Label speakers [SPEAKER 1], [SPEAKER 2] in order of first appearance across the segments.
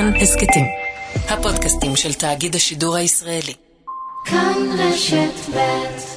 [SPEAKER 1] כאן הסקטים, הפודקאסטים של תאגיד השידור הישראלי. כאן רשת ב'.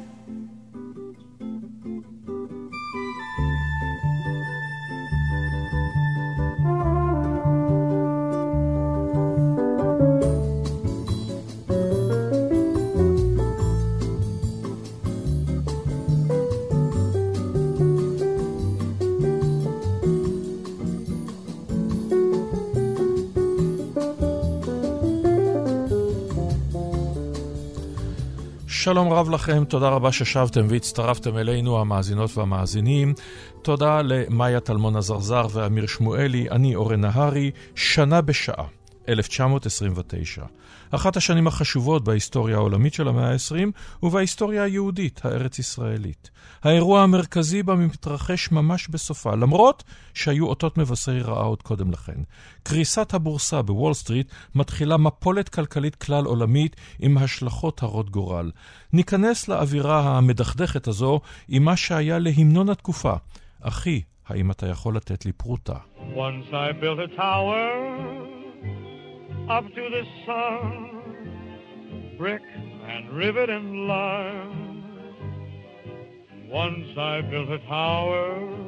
[SPEAKER 2] שלום רב לכם, תודה רבה ששבתם והצטרפתם אלינו המאזינות והמאזינים. תודה למאיה תלמון הזרזר ואמיר שמואלי, אני אורן נהרי, שנה בשעה, 1929. אחת השנים החשובות בהיסטוריה העולמית של המאה ה-20 ובהיסטוריה היהודית, הארץ-ישראלית. האירוע המרכזי בה מתרחש ממש בסופה, למרות שהיו אותות מבשרי רעה עוד קודם לכן. קריסת הבורסה בוול סטריט מתחילה מפולת כלכלית כלל עולמית עם השלכות הרות גורל. ניכנס לאווירה המדכדכת הזו עם מה שהיה להמנון התקופה. אחי, האם אתה יכול לתת לי פרוטה?
[SPEAKER 3] Once I built a tower up to the sun, brick and rivet and lime. Once I built a tower,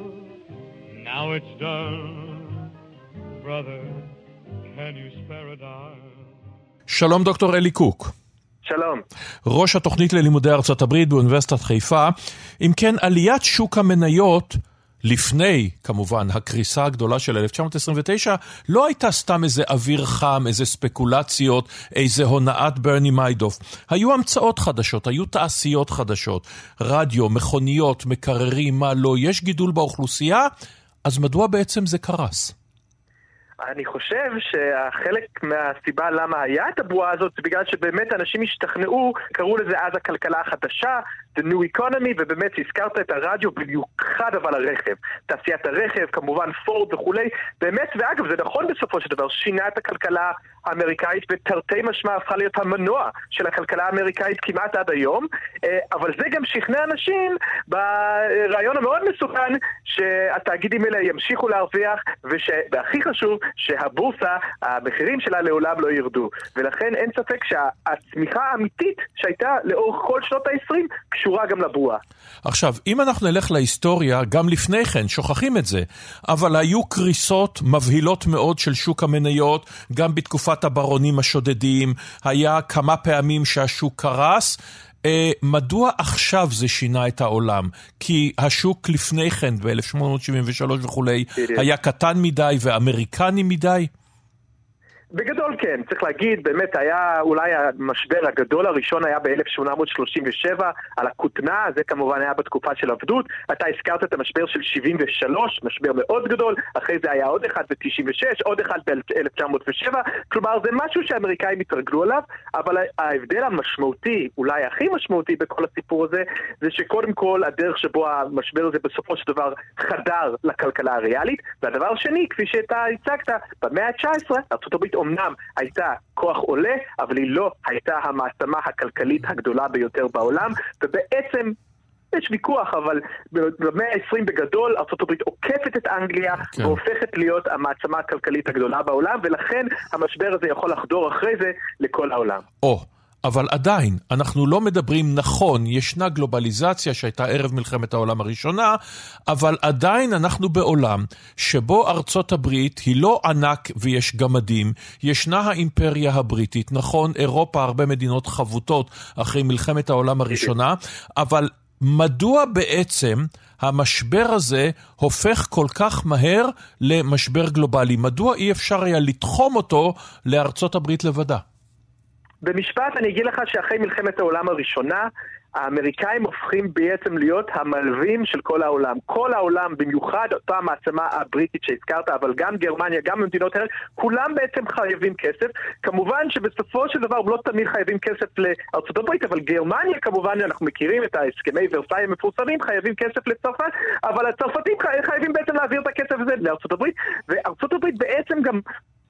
[SPEAKER 3] now it's done. Brother, can you spare a dime?
[SPEAKER 2] שלום דוקטור אלי קוק.
[SPEAKER 4] שלום.
[SPEAKER 2] ראש התוכנית ללימודי ארצות הברית באוניברסיטת חיפה. אם כן, עליית שוק המניות לפני, כמובן, הקריסה הגדולה של 1929, לא הייתה סתם איזה אוויר חם, איזה ספקולציות, איזה הונאת ברני מיידוף. היו המצאות חדשות, היו תעשיות חדשות, רדיו, מכוניות, מקררים, מה לא, יש גידול באוכלוסייה, אז מדוע בעצם זה קרס?
[SPEAKER 4] אני חושב שהחלק מהסיבה למה היה את הבועה הזאת זה בגלל שבאמת אנשים השתכנעו, קראו לזה אז הכלכלה החדשה, The New Economy, ובאמת הזכרת את הרדיו במיוחד אבל הרכב, תעשיית הרכב, כמובן פורד וכולי, באמת, ואגב זה נכון בסופו של דבר, שינה את הכלכלה האמריקאית ותרתי משמע הפכה להיות המנוע של הכלכלה האמריקאית כמעט עד היום, אבל זה גם שכנע אנשים ברעיון המאוד מסוכן שהתאגידים האלה ימשיכו להרוויח, והכי חשוב שהבורסה, המחירים שלה לעולם לא ירדו, ולכן אין ספק שהצמיחה האמיתית שהייתה לאורך כל שנות ה-20 קשורה גם לבועה.
[SPEAKER 2] עכשיו, אם אנחנו נלך להיסטוריה, גם לפני כן, שוכחים את זה, אבל היו קריסות מבהילות מאוד של שוק המניות, גם בתקופת הברונים השודדים, היה כמה פעמים שהשוק קרס. מדוע עכשיו זה שינה את העולם? כי השוק לפני כן, ב-1873 וכולי, היה קטן מדי ואמריקני מדי?
[SPEAKER 4] בגדול כן, צריך להגיד, באמת היה אולי המשבר הגדול הראשון היה ב-1837 על הכותנה, זה כמובן היה בתקופה של עבדות, אתה הזכרת את המשבר של 73, משבר מאוד גדול, אחרי זה היה עוד אחד ב-96, עוד אחד ב-1907, כלומר זה משהו שהאמריקאים התרגלו עליו, אבל ההבדל המשמעותי, אולי הכי משמעותי בכל הסיפור הזה, זה שקודם כל הדרך שבו המשבר הזה בסופו של דבר חדר לכלכלה הריאלית, והדבר השני, כפי שאתה הצגת, במאה ה-19, ארצות הברית אמנם הייתה כוח עולה, אבל היא לא הייתה המעצמה הכלכלית הגדולה ביותר בעולם, ובעצם יש ויכוח, אבל במאה ה-20 בגדול, ארצות הברית עוקפת את אנגליה, והופכת להיות המעצמה הכלכלית הגדולה בעולם, ולכן המשבר הזה יכול לחדור אחרי זה לכל העולם.
[SPEAKER 2] אבל עדיין, אנחנו לא מדברים נכון, ישנה גלובליזציה שהייתה ערב מלחמת העולם הראשונה, אבל עדיין אנחנו בעולם שבו ארצות הברית היא לא ענק ויש גמדים, ישנה האימפריה הבריטית, נכון, אירופה, הרבה מדינות חבוטות אחרי מלחמת העולם הראשונה, אבל מדוע בעצם המשבר הזה הופך כל כך מהר למשבר גלובלי? מדוע אי אפשר היה לתחום אותו לארצות הברית לבדה?
[SPEAKER 4] במשפט אני אגיד לך שאחרי מלחמת העולם הראשונה, האמריקאים הופכים בעצם להיות המלווים של כל העולם. כל העולם, במיוחד אותה המעצמה הבריטית שהזכרת, אבל גם גרמניה, גם מדינות אחרות, כולם בעצם חייבים כסף. כמובן שבסופו של דבר לא תמיד חייבים כסף לארצות הברית, אבל גרמניה כמובן, אנחנו מכירים את ההסכמי ורסאי המפורסמים, חייבים כסף לצרפת, אבל הצרפתים חייבים בעצם להעביר את הכסף הזה לארצות הברית, וארצות הברית בעצם גם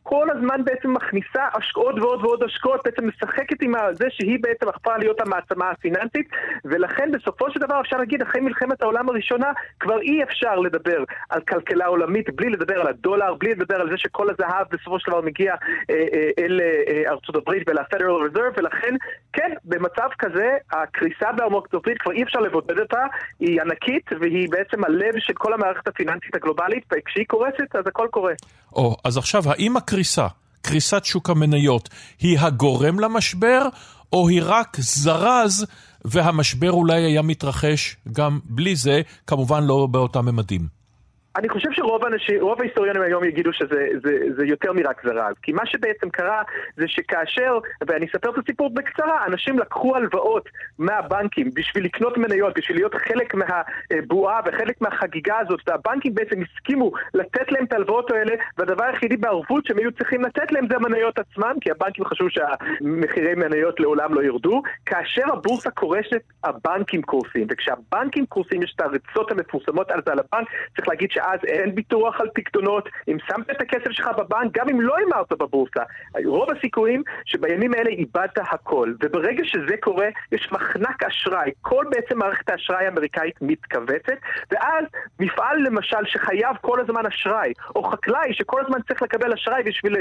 [SPEAKER 4] כל הזמן בעצם מכניסה עוד ועוד ועוד השקעות, בעצם משחקת עם זה שהיא בעצם הפכה להיות המעצמה הפיננסית, ולכן בסופו של דבר אפשר להגיד, אחרי מלחמת העולם הראשונה, כבר אי אפשר לדבר על כלכלה עולמית, בלי לדבר על הדולר, בלי לדבר על זה שכל הזהב בסופו של דבר מגיע אל ארצות הברית ול-Federal Reserve, ולכן, כן, במצב כזה, הקריסה בארצות הברית כבר אי אפשר לבודד אותה, היא ענקית, והיא בעצם הלב של כל המערכת הפיננסית הגלובלית, וכשהיא קורסת, אז הכל קורה.
[SPEAKER 2] אז עכשיו, האם קריסת שוק המניות, היא הגורם למשבר, או היא רק זרז, והמשבר אולי היה מתרחש גם בלי זה, כמובן לא באותם ממדים?
[SPEAKER 4] אני חושב רוב ההיסטוריונים היום יגידו שזה יותר מרק זרז, כי מה שבעצם קרה זה שכאשר, ואני אספר את הסיפור בקצרה, אנשים לקחו הלוואות מהבנקים בשביל לקנות מניות, בשביל להיות חלק מהבועה וחלק מהחגיגה הזאת, והבנקים בעצם הסכימו לתת להם את ההלוואות האלה, והדבר היחידי בערבות שהם היו צריכים לתת להם זה המניות עצמם, כי הבנקים חשבו שהמחירי מניות לעולם לא ירדו. כאשר הבורסה קורסת, הבנקים קורסים, וכשהבנקים קורסים יש את הריצות המפורסמות על זה על הבנק, צריך להגיד אז אין ביטוח על פקדונות, אם שמת את הכסף שלך בבנק, גם אם לא אמרת בבורסה. רוב הסיכויים שבימים האלה איבדת הכל, וברגע שזה קורה, יש מחנק אשראי, כל בעצם מערכת האשראי האמריקאית מתכווצת, ואז מפעל למשל שחייב כל הזמן אשראי, או חקלאי שכל הזמן צריך לקבל אשראי בשביל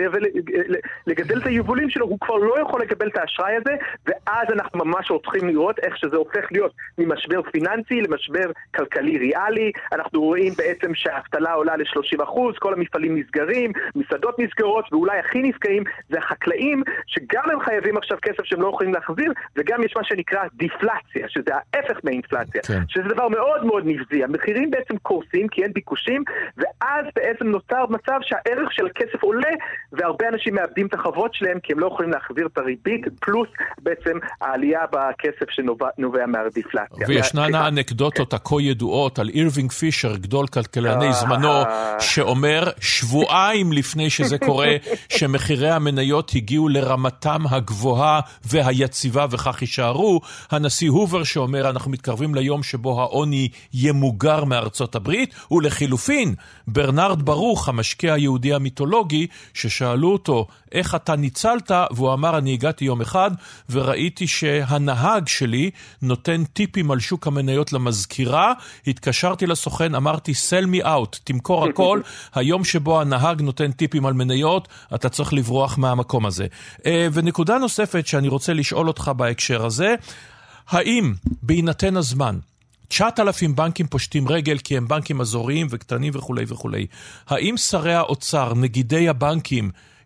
[SPEAKER 4] לגדל את היבולים שלו, הוא כבר לא יכול לקבל את האשראי הזה, ואז אנחנו ממש רוצים לראות איך שזה הופך להיות ממשבר פיננסי למשבר כלכלי ריאלי. אנחנו רואים בעצם האבטלה עולה ל-30%, כל המפעלים נסגרים, מסעדות נסגרות, ואולי הכי נפגעים זה החקלאים, שגם הם חייבים עכשיו כסף שהם לא יכולים להחזיר, וגם יש מה שנקרא דיפלציה, שזה ההפך מהאינפלציה, כן. שזה דבר מאוד מאוד נבזי. המחירים בעצם קורסים כי אין ביקושים, ואז בעצם נוצר מצב שהערך של הכסף עולה, והרבה אנשים מאבדים את החובות שלהם, כי הם לא יכולים להחזיר את הריבית, פלוס בעצם העלייה בכסף שנובע מהדיפלציה.
[SPEAKER 2] וישנן האנקדוטות הכה ידועות על אירווינג פישר, גדול כלכלני זמנו, שאומר שבועיים לפני שזה קורה, שמחירי המניות הגיעו לרמתם הגבוהה והיציבה וכך יישארו. הנשיא הובר שאומר אנחנו מתקרבים ליום שבו העוני ימוגר מארצות הברית, ולחילופין ברנרד ברוך, המשקיע היהודי המיתולוגי, ששאלו אותו איך אתה ניצלת, והוא אמר אני הגעתי יום אחד וראיתי שהנהג שלי נותן טיפים על שוק המניות למזכירה, התקשרתי לסוכן, אמרתי sell me out, תמכור הכל, היום שבו הנהג נותן טיפים על מניות, אתה צריך לברוח מהמקום הזה. ונקודה נוספת שאני רוצה לשאול אותך בהקשר הזה, האם בהינתן הזמן 9,000 בנקים פושטים רגל כי הם בנקים אזוריים וקטנים וכו' וכו', האם שרי האוצר, נגידי הבנקים,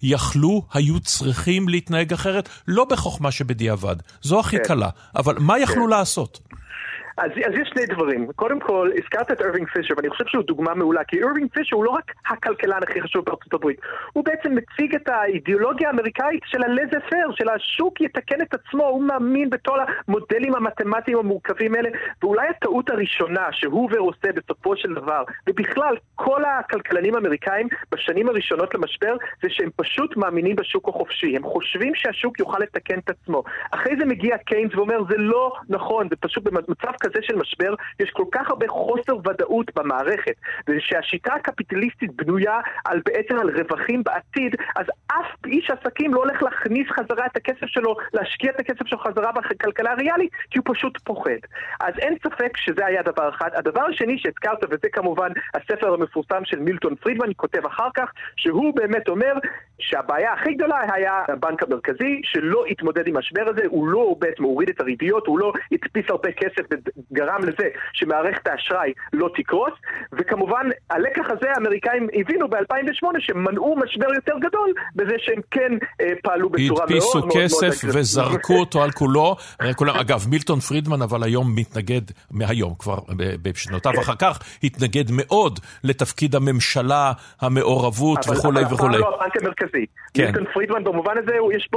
[SPEAKER 2] היו צריכים להתנהג אחרת? לא בחוכמה שבדיעבד, זו הכי קלה, אבל מה יכלו לעשות?
[SPEAKER 4] אז יש שני דברים. קודם כל, הזכרת את אירווינג פישר, ואני חושב שהוא דוגמה מעולה, כי אירווינג פישר הוא לא רק הכלכלן הכי חשוב בארצות הברית, הוא בעצם מציג את האידיאולוגיה האמריקאית של הלזה פייר, של השוק יתקן את עצמו, הוא מאמין בכל המודלים המתמטיים המורכבים האלה, ואולי הטעות הראשונה שהובר עושה בסופו של דבר, ובכלל כל הכלכלנים האמריקאים בשנים הראשונות למשבר, זה שהם פשוט מאמינים בשוק החופשי, הם חושבים שהשוק יוכל לתקן את עצמו. אחרי זה מגיע קיינס ואומר, זה לא נכון, זה פשוט במצב כזה של משבר, יש כל כך הרבה חוסר ודאות במערכת, ושהשיטה הקפיטליסטית בנויה בעצם על רווחים בעתיד, אז אף איש עסקים לא הולך להכניס חזרה את הכסף שלו, להשקיע את הכסף שלו חזרה בכלכלה הריאלית, כי הוא פשוט פוחד. אז אין ספק שזה היה דבר אחד. הדבר השני שהזכרת, וזה כמובן הספר המפורסם של מילטון פרידמן, כותב אחר כך, שהוא באמת אומר שהבעיה הכי גדולה היה הבנק המרכזי, שלא התמודד עם משבר הזה, הוא לא בעצם הוריד את הריביות, הוא לא הדפיס הרבה כסף וגרם לזה שמערכת האשראי לא תקרוס, וכמובן הלקח הזה האמריקאים הבינו ב-2008 שמנעו משבר יותר גדול בזה שהם כן פעלו בצורה מאוד מאוד מאוד
[SPEAKER 2] הדפיסו כסף וזרקו אותו על כולו. אגב, מילטון פרידמן אבל היום מתנגד, מהיום כבר בשנותיו אחר כך, התנגד מאוד לתפקיד הממשלה, המעורבות וכו' וכו'.
[SPEAKER 4] אבל לא הבנק המרכזי. מילטון פרידמן במובן הזה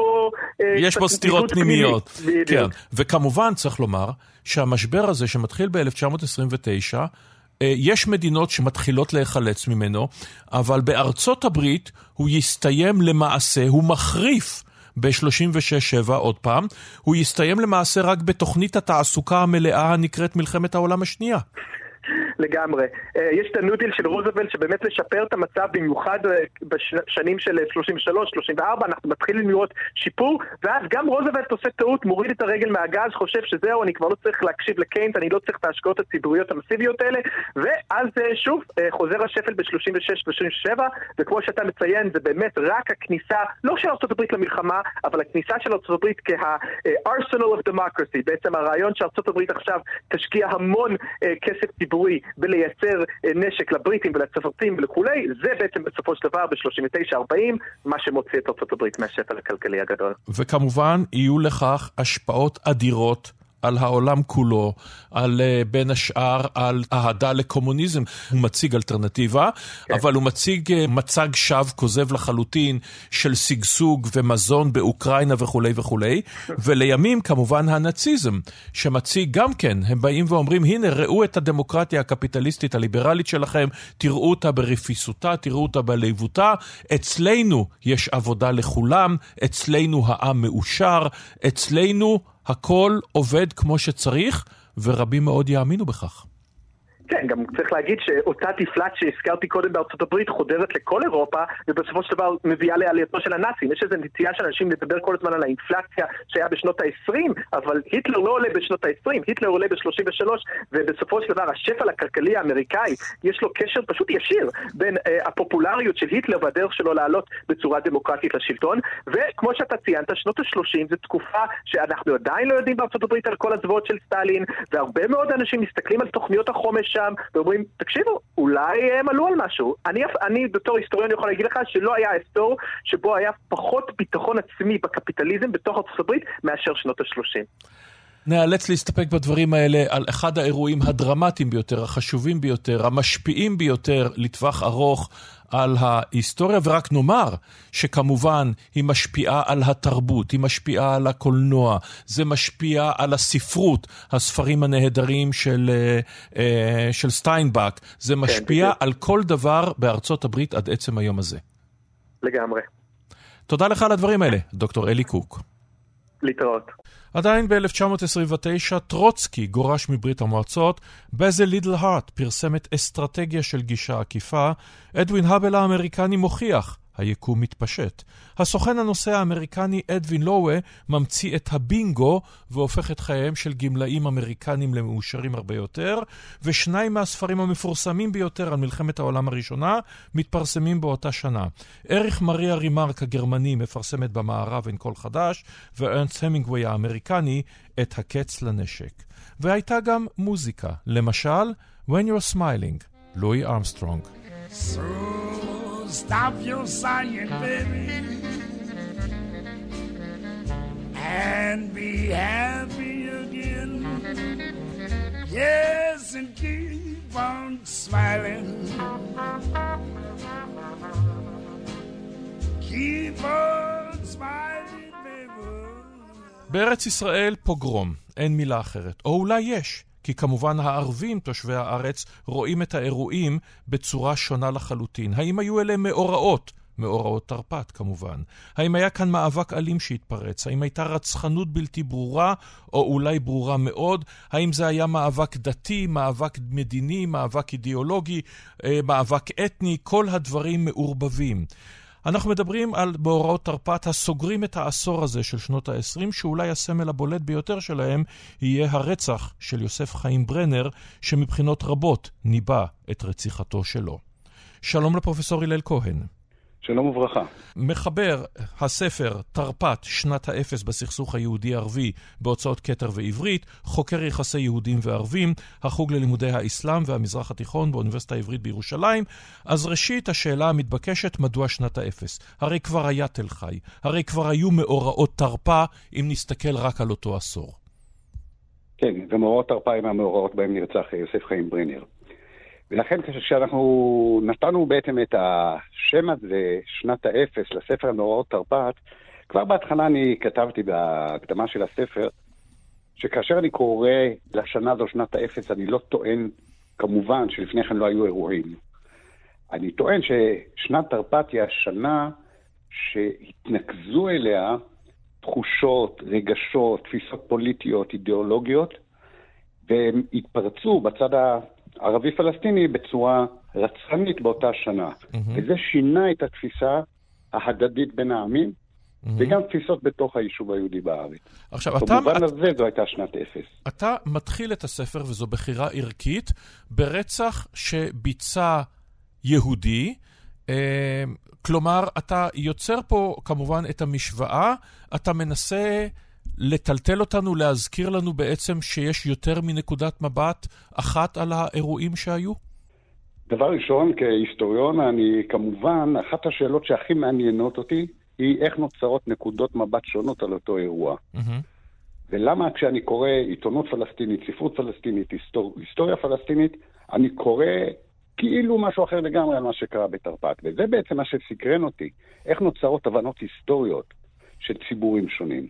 [SPEAKER 2] יש בו סתירות פנימיות. וכמובן צריך לומר שהמשבר הזה שמתחיל ב-1929, יש מדינות שמתחילות להיחלץ ממנו, אבל בארצות הברית הוא יסתיים למעשה, הוא מחריף ב-36-7 עוד פעם, הוא יסתיים למעשה רק בתוכנית התעסוקה המלאה הנקראת מלחמת העולם השנייה.
[SPEAKER 4] לגמרי. יש את הניו-דיל של רוזוולט שבאמת לשפר את המצב, במיוחד בשנים של 33, 34, אנחנו מתחילים לראות שיפור, ואז גם רוזוולט עושה טעות, מוריד את הרגל מהגז, חושב שזהו, אני כבר לא צריך להקשיב לקיינס, אני לא צריך את ההשקעות הציבוריות המסיביות האלה, ואז שוב חוזר השפל ב-36-37, וכמו שאתה מציין, זה באמת רק הכניסה, לא של ארצות הברית למלחמה, אבל הכניסה של ארצות הברית כ-Arsenal of Democracy, בעצם הרעיון שארצות הברית עכשיו תשקיע המון כסף ציבורי בלייצר נשק לבריטים ולצרפתים ולכולי, זה בעצם בסופו של דבר ב-39-40, מה שמוציא את ארצות הברית מהשפל הכלכלי הגדול.
[SPEAKER 2] וכמובן יהיו לכך השפעות אדירות על העולם כולו, על בין השאר על אהדה לקומוניזם. הוא מציג אלטרנטיבה, אבל הוא מציג מצג שווא כוזב לחלוטין של סגסוג ומזון באוקראינה וכו' וכו'. ולימים כמובן הנאציזם, שמציג גם כן, הם באים ואומרים, הנה ראו את הדמוקרטיה הקפיטליסטית הליברלית שלכם, תראו אותה ברפיסותה, תראו אותה בלהיבותה, אצלנו יש עבודה לכולם, אצלנו העם מאושר, אצלנו הכל עובד כמו שצריך, ורבים מאוד יאמינו בכך.
[SPEAKER 4] כן, גם צריך להגיד שאותה תפלת שהזכרתי קודם בארצות הברית חודרת לכל אירופה, ובסופו של דבר מביאה לעלייתו של הנאצים. יש איזו נטייה של אנשים לדבר כל הזמן על האינפלציה שהיה בשנות ה-20, אבל היטלר לא עולה בשנות ה-20, היטלר עולה ב-33, ובסופו של דבר השפל הכלכלי האמריקאי, יש לו קשר פשוט ישיר בין הפופולריות של היטלר והדרך שלו לעלות בצורה דמוקרטית לשלטון, וכמו שאתה ציינת, שנות ה-30 זו תקופה שאנחנו עדיין לא יודעים בארצות הברית על כל הזוועות של סטלין, והרבה מאוד אנשים מסתכלים על תוכניות החומש שם, ואומרים, תקשיבו, אולי הם עלו על משהו. אני בתור היסטוריון יכול להגיד לך שלא היה עשור שבו היה פחות ביטחון עצמי בקפיטליזם בתוך ארצות הברית מאשר שנות ה-30.
[SPEAKER 2] נאלץ להסתפק בדברים האלה על אחד האירועים הדרמטיים ביותר, החשובים ביותר, המשפיעים ביותר לטווח ארוך על ההיסטוריה, ורק נאמר שכמובן היא משפיעה על התרבות, היא משפיעה על הקולנוע, זה משפיע על הספרות, הספרים הנהדרים של סטיינבק, זה משפיע על כל דבר בארצות הברית עד עצם היום הזה.
[SPEAKER 4] לגמרי.
[SPEAKER 2] תודה לך על הדברים האלה, דוקטור אלי קוק.
[SPEAKER 4] להתראות.
[SPEAKER 2] עדיין ב-1929 טרוצקי גורש מברית המועצות, בזה לידל הארט פרסמת אסטרטגיה של גישה עקיפה, אדווין האבל האמריקני מוכיח, היקום מתפשט. הסוכן הנושא האמריקני אדווין לואה ממציא את הבינגו והופך את חייהם של גמלאים אמריקנים למאושרים הרבה יותר, ושניים מהספרים המפורסמים ביותר על מלחמת העולם הראשונה מתפרסמים באותה שנה. אריך מריה רימרק הגרמני מפרסמת במערב אין קול חדש, וארנסט המינגווי האמריקני את הקץ לנשק. והייתה גם מוזיקה, למשל When You're Smiling, לואי ארמסטרונג.
[SPEAKER 5] Stop your sighing, baby, and be happy again. Yes, and keep on smiling. Keep on smiling, baby.
[SPEAKER 2] בארץ ישראל פוגרום, אין מילה אחרת. או אולי יש. כי כמובן הערבים, תושבי הארץ, רואים את האירועים בצורה שונה לחלוטין. האם היו אלה מאורעות? מאורעות תרפ"ט כמובן. האם היה כאן מאבק אלים שהתפרץ? האם הייתה רצחנות בלתי ברורה, או אולי ברורה מאוד? האם זה היה מאבק דתי, מאבק מדיני, מאבק אידיאולוגי, מאבק אתני? כל הדברים מעורבבים. אנחנו מדברים על מאורעות תרפ"ט הסוגרים את העשור הזה של שנות ה-20, שאולי הסמל הבולט ביותר שלהם יהיה הרצח של יוסף חיים ברנר, שמבחינות רבות ניבא את רציחתו שלו. שלום לפרופסור הלל כהן.
[SPEAKER 6] שלום וברכה.
[SPEAKER 2] מחבר הספר תרפ"ט שנת האפס בסכסוך היהודי-ערבי בהוצאות כתר ועברית, חוקר יחסי יהודים וערבים, החוג ללימודי האסלאם והמזרח התיכון באוניברסיטה העברית בירושלים. אז ראשית השאלה המתבקשת, מדוע שנת האפס? הרי כבר היה תל חי, הרי כבר היו מאורעות תרפ"א אם נסתכל רק על אותו עשור.
[SPEAKER 6] כן, ומאורעות תרפ"א הם המאורעות בהם נרצח יוסף חיים ברנר. ולכן כשאנחנו נתנו בעצם את השם הזה, שנת האפס, לספר המאורעות תרפ"ט, כבר בהתחלה אני כתבתי בהקדמה של הספר, שכאשר אני קורא לשנה זו שנת האפס, אני לא טוען כמובן שלפני כן לא היו אירועים. אני טוען ששנת תרפ"ט היא השנה שהתנקזו אליה תחושות, רגשות, תפיסות פוליטיות, אידיאולוגיות, והם התפרצו בצד ערבי-פלסטיני בצורה רצחנית באותה שנה. וזה שינה את התפיסה ההדדית בין העמים, וגם תפיסות בתוך היישוב היהודי בארץ.
[SPEAKER 2] עכשיו,
[SPEAKER 6] במובן הזה זו הייתה שנת אפס.
[SPEAKER 2] אתה מתחיל את הספר, וזו בחירה ערכית, ברצח שביצע יהודי, כלומר, אתה יוצר פה כמובן את המשוואה, אתה מנסה לטלטל אותנו, להזכיר לנו בעצם שיש יותר מנקודת מבט אחת על האירועים שהיו?
[SPEAKER 6] דבר ראשון, כהיסטוריון, אני כמובן, אחת השאלות שהכי מעניינות אותי, היא איך נוצרות נקודות מבט שונות על אותו אירוע. ולמה כשאני קורא עיתונות פלסטינית, ספרות פלסטינית, היסטוריה פלסטינית, אני קורא כאילו משהו אחר לגמרי על מה שקרה בתרפ"ט. וזה בעצם מה שסקרן אותי, איך נוצרות הבנות היסטוריות של ציבורים שונים.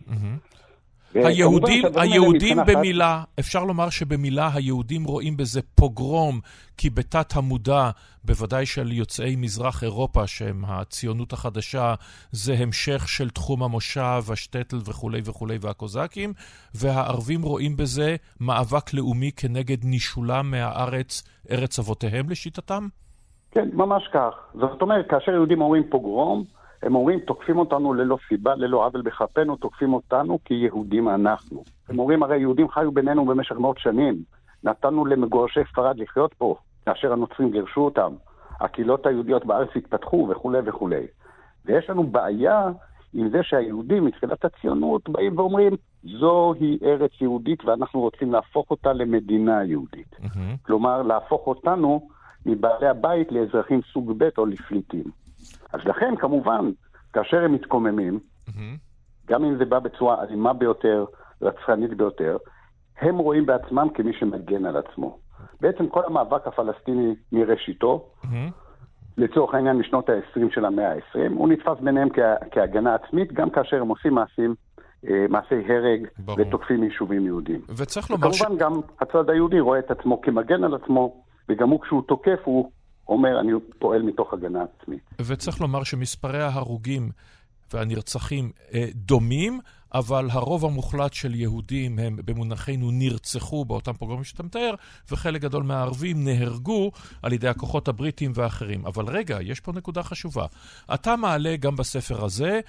[SPEAKER 2] היהודים במילה, אפשר לומר שבמילה היהודים רואים בזה פוגרום, כי בתת המודע, בוודאי של יוצאי מזרח אירופה, שהם הציונות החדשה, זה המשך של תחום המושב, השטטל וכו' וכו' והקוזקים, והערבים רואים בזה מאבק לאומי כנגד נישולם מהארץ, ארץ אבותיהם לשיטתם?
[SPEAKER 6] כן, ממש כך. זאת אומרת, כאשר יהודים אומרים פוגרום, הם אומרים, תוקפים אותנו ללא סיבה, ללא עוול בכפנו, תוקפים אותנו כי יהודים אנחנו. הם אומרים, הרי יהודים חיו בינינו במשך מאות שנים. נתנו למגורשי ספרד לחיות פה, כאשר הנוצרים גירשו אותם. הקהילות היהודיות בארץ התפתחו וכו' וכו'. ויש לנו בעיה עם זה שהיהודים מתחילת הציונות באים ואומרים, זוהי ארץ יהודית ואנחנו רוצים להפוך אותה למדינה יהודית. כלומר, להפוך אותנו מבעלי הבית לאזרחים סוג ב' או לפליטים. אז לכן, כמובן, כאשר הם מתקוממים, גם אם זה בא בצורה אלימה ביותר, רצחנית ביותר, הם רואים בעצמם כמי שמגן על עצמו. בעצם כל המאבק הפלסטיני מראשיתו, לצורך העניין משנות ה-20 של המאה ה-20, הוא נתפס ביניהם כהגנה עצמית, גם כאשר הם עושים מעשי הרג ותוקפים יישובים יהודים.
[SPEAKER 2] וצריך לומר
[SPEAKER 6] וכמובן גם הצד היהודי רואה את עצמו כמגן על עצמו, וגם הוא כשהוא תוקף הוא אומר, אני פועל מתוך הגנה עצמית.
[SPEAKER 2] וצריך לומר שמספרי ההרוגים והנרצחים דומים, אבל הרוב המוחלט של יהודים הם במונחנו נרצחו באותם פוגרומים שאתה מתאר, וחלק גדול מהערבים נהרגו על ידי הכוחות הבריטים ואחרים. אבל רגע, יש פה נקודה חשובה. אתה מעלה גם בספר הזה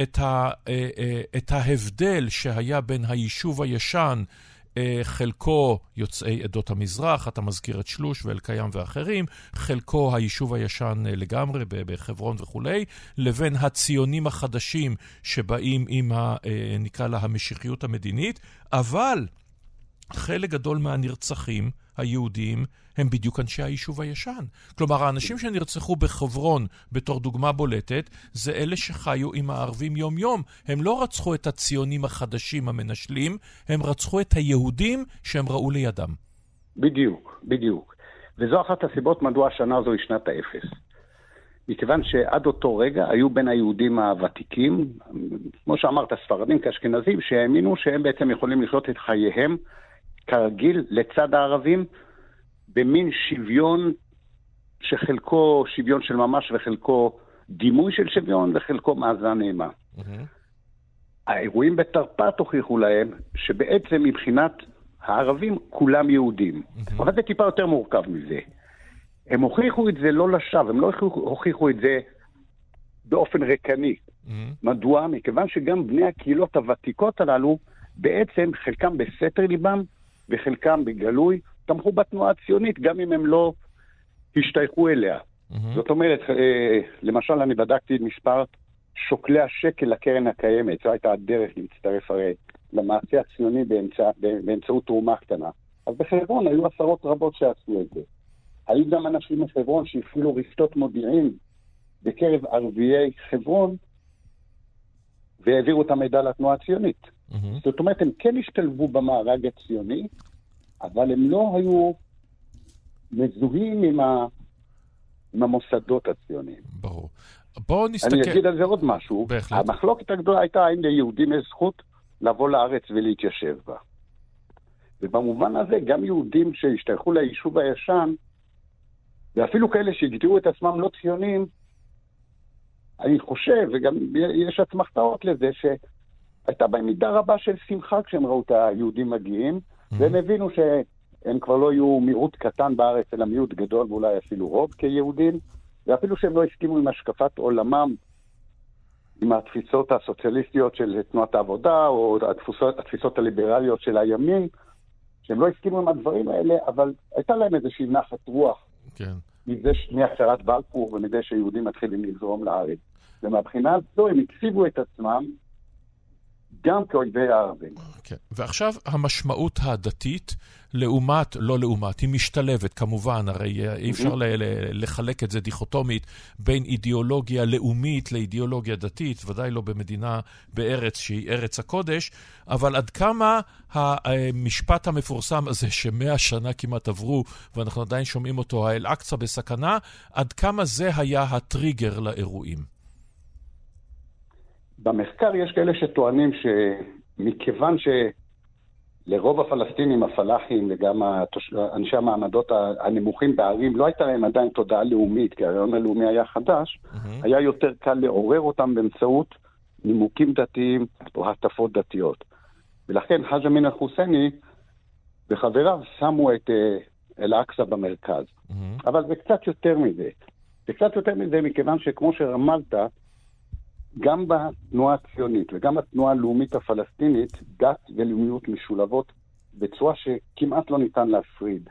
[SPEAKER 2] את ההבדל שהיה בין היישוב הישן, חלקו יוצאי עדות המזרח, אתה מזכיר את שלוש ואל-קיים ואחרים, חלקו היישוב הישן לגמרי בחברון וכולי, לבין הציונים החדשים שבאים עם נקרא לה המשיחיות המדינית, אבל חלק גדול מהנרצחים היהודים הם בדיוק אנשי היישוב הישן. כלומר, האנשים שנרצחו בחברון בתור דוגמה בולטת, זה אלה שחיו עם הערבים יום יום. הם לא רצחו את הציונים החדשים המנשלים, הם רצחו את היהודים שהם ראו לידם.
[SPEAKER 6] בדיוק, בדיוק. וזו אחת הסיבות מדוע השנה הזו היא שנת האפס. מכיוון שעד אותו רגע היו בין היהודים הוותיקים, כמו שאמרת, ספרדים כאשכנזים, שהאמינו שהם בעצם יכולים לחיות את חייהם כרגיל לצד הערבים, במין שוויון שחלקו שוויון של ממש וחלקו דימוי של שוויון וחלקו מאזן אימה. האירועים בתרפ"ט הוכיחו להם שבעצם מבחינת הערבים כולם יהודים. אבל זה טיפה יותר מורכב מזה. הם הוכיחו את זה לא לשווא, הם לא הוכיחו את זה באופן רקני. מדוע? מכיוון שגם בני הקהילות הוותיקות הללו בעצם חלקם בסתר ליבם וחלקם בגלוי תמכו בתנועה הציונית, גם אם הם לא השתייכו אליה. זאת אומרת, למשל אני בדקתי את מספר שוקלי השקל לקרן הקיימת, זו הייתה הדרך להצטרף הרי למעשה הציוני באמצעות תרומה קטנה. אז בחברון היו עשרות רבות שעשו את זה. היו גם אנשים בחברון שהפעילו רשתות מודיעין בקרב ערביי חברון, והעבירו את המידע לתנועה הציונית. זאת אומרת, הם כן השתלבו במארג הציוני, אבל הם לא היו מזוהים עם המוסדות הציוניים.
[SPEAKER 2] ברור. בואו נסתכל...
[SPEAKER 6] אני אגיד על זה עוד משהו.
[SPEAKER 2] בהחלט.
[SPEAKER 6] המחלוקת הגדולה הייתה האם ליהודים יש זכות לבוא לארץ ולהתיישב בה. ובמובן הזה גם יהודים שהשתייכו ליישוב הישן, ואפילו כאלה שהגדירו את עצמם לא ציונים, אני חושב, וגם יש אסמכתאות לזה, שהייתה בהם מידה רבה של שמחה כשהם ראו את היהודים מגיעים, והם הבינו הם כבר לא יהיו מיעוט קטן בארץ, אלא מיעוט גדול ואולי אפילו רוב כיהודים, ואפילו שהם לא הסכימו עם השקפת עולמם, עם התפיסות הסוציאליסטיות של תנועת העבודה, או התפיסות הליברליות של הימין, שהם לא הסכימו עם הדברים האלה, אבל הייתה להם איזושהי נחת רוח.
[SPEAKER 2] כן.
[SPEAKER 6] מהצהרת בלפור ומדי שיהודים מתחילים לזרום לארץ. ומהבחינה הזו הם הציבו את עצמם גם כאויבי הערבים.
[SPEAKER 2] כן. ועכשיו המשמעות הדתית, לא לעומת, היא משתלבת כמובן, הרי אי אפשר לחלק את זה דיכוטומית בין אידיאולוגיה לאומית לאידיאולוגיה דתית, ודאי לא במדינה בארץ שהיא ארץ הקודש, אבל עד כמה המשפט המפורסם הזה ש100 שנה כמעט עברו, ואנחנו עדיין שומעים אותו, האל-אקצא בסכנה, עד כמה זה היה הטריגר לאירועים?
[SPEAKER 6] במחקר יש כאלה שטוענים שמכיוון שלרוב הפלסטינים, הפלאחים וגם אנשי המעמדות הנמוכים בערים, לא הייתה להם עדיין תודעה לאומית, כי הרעיון הלאומי היה חדש, היה יותר קל לעורר אותם באמצעות נימוקים דתיים או הטפות דתיות. ולכן חאג' אמין אל-חוסייני וחבריו שמו את אל-אקצא במרכז. אבל זה קצת יותר מזה. זה קצת יותר מזה מכיוון שכמו שרמלת, גם בתנועה הציונית וגם בתנועה הלאומית הפלסטינית, דת ולאומיות משולבות בצורה שכמעט לא ניתן להפריד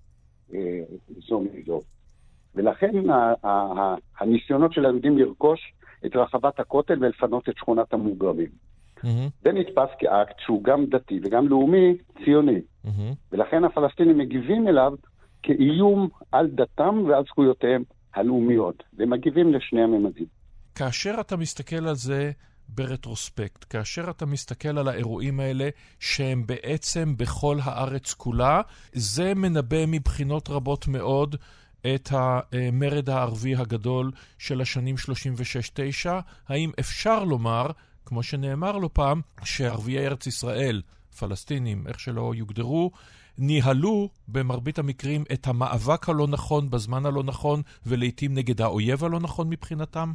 [SPEAKER 6] זו מזו. ולכן הניסיונות של היהודים לרכוש את רחבת הכותל ולפנות את שכונת המוגרבים. זה נתפס כאקט שהוא גם דתי וגם לאומי ציוני. ולכן הפלסטינים מגיבים אליו כאיום על דתם ועל זכויותיהם הלאומיות. ומגיבים לשני הממדים.
[SPEAKER 2] כאשר אתה מסתכל על זה ברטרוספקט, כאשר אתה מסתכל על האירועים האלה שהם בעצם בכל הארץ כולה, זה מנבא מבחינות רבות מאוד את המרד הערבי הגדול של השנים 36-9. האם אפשר לומר, כמו שנאמר לו פעם, שערביי ארץ ישראל, פלסטינים, איך שלא יוגדרו, ניהלו במרבית המקרים את המאבק הלא נכון בזמן הלא נכון, ולעיתים נגד האויב הלא נכון מבחינתם?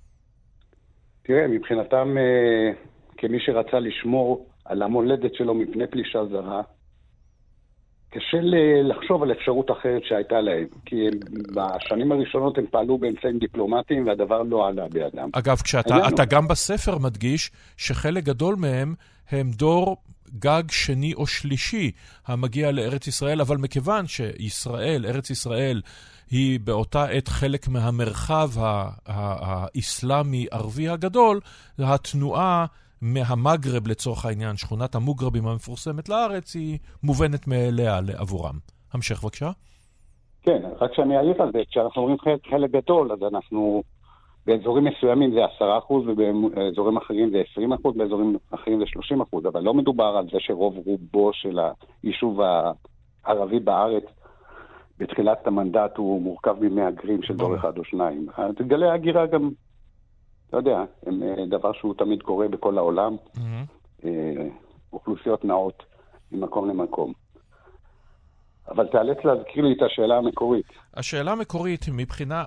[SPEAKER 6] תראה, מבחינתם, כמי שרצה לשמור על המולדת שלו מפני פלישה זרה, קשה לחשוב על אפשרות אחרת שהייתה להם. כי בשנים הראשונות הם פעלו באמצעים דיפלומטיים, והדבר לא עלה בידם.
[SPEAKER 2] אגב, כשאתה גם בספר מדגיש שחלק גדול מהם הם דור גג שני או שלישי המגיע לארץ ישראל, אבל מכיוון שישראל, ארץ ישראל, היא באותה עת חלק מהמרחב האסלאמי ערבי הגדול, התנועה מהמגרב לצורך העניין, שכונת המוגרבים המפורסמת לארץ, היא מובנת מאליה לעבורם. המשך בבקשה.
[SPEAKER 6] כן, רק שאני אעיר על זה, כשאנחנו אומרים חלק גדול, אז אנחנו באזורים מסוימים זה 10%, ובאזורים אחרים זה 20%, באזורים אחרים זה 30%, אבל לא מדובר על זה שרוב רובו של היישוב הערבי בארץ, בתחילת המנדט הוא מורכב ממהגרים של דור אחד או שניים. גלי ההגירה גם, אתה יודע, הם דבר שהוא תמיד קורה בכל העולם. אוכלוסיות נעות ממקום למקום. אבל תאלץ להזכיר לי את השאלה המקורית.
[SPEAKER 2] השאלה המקורית מבחינה,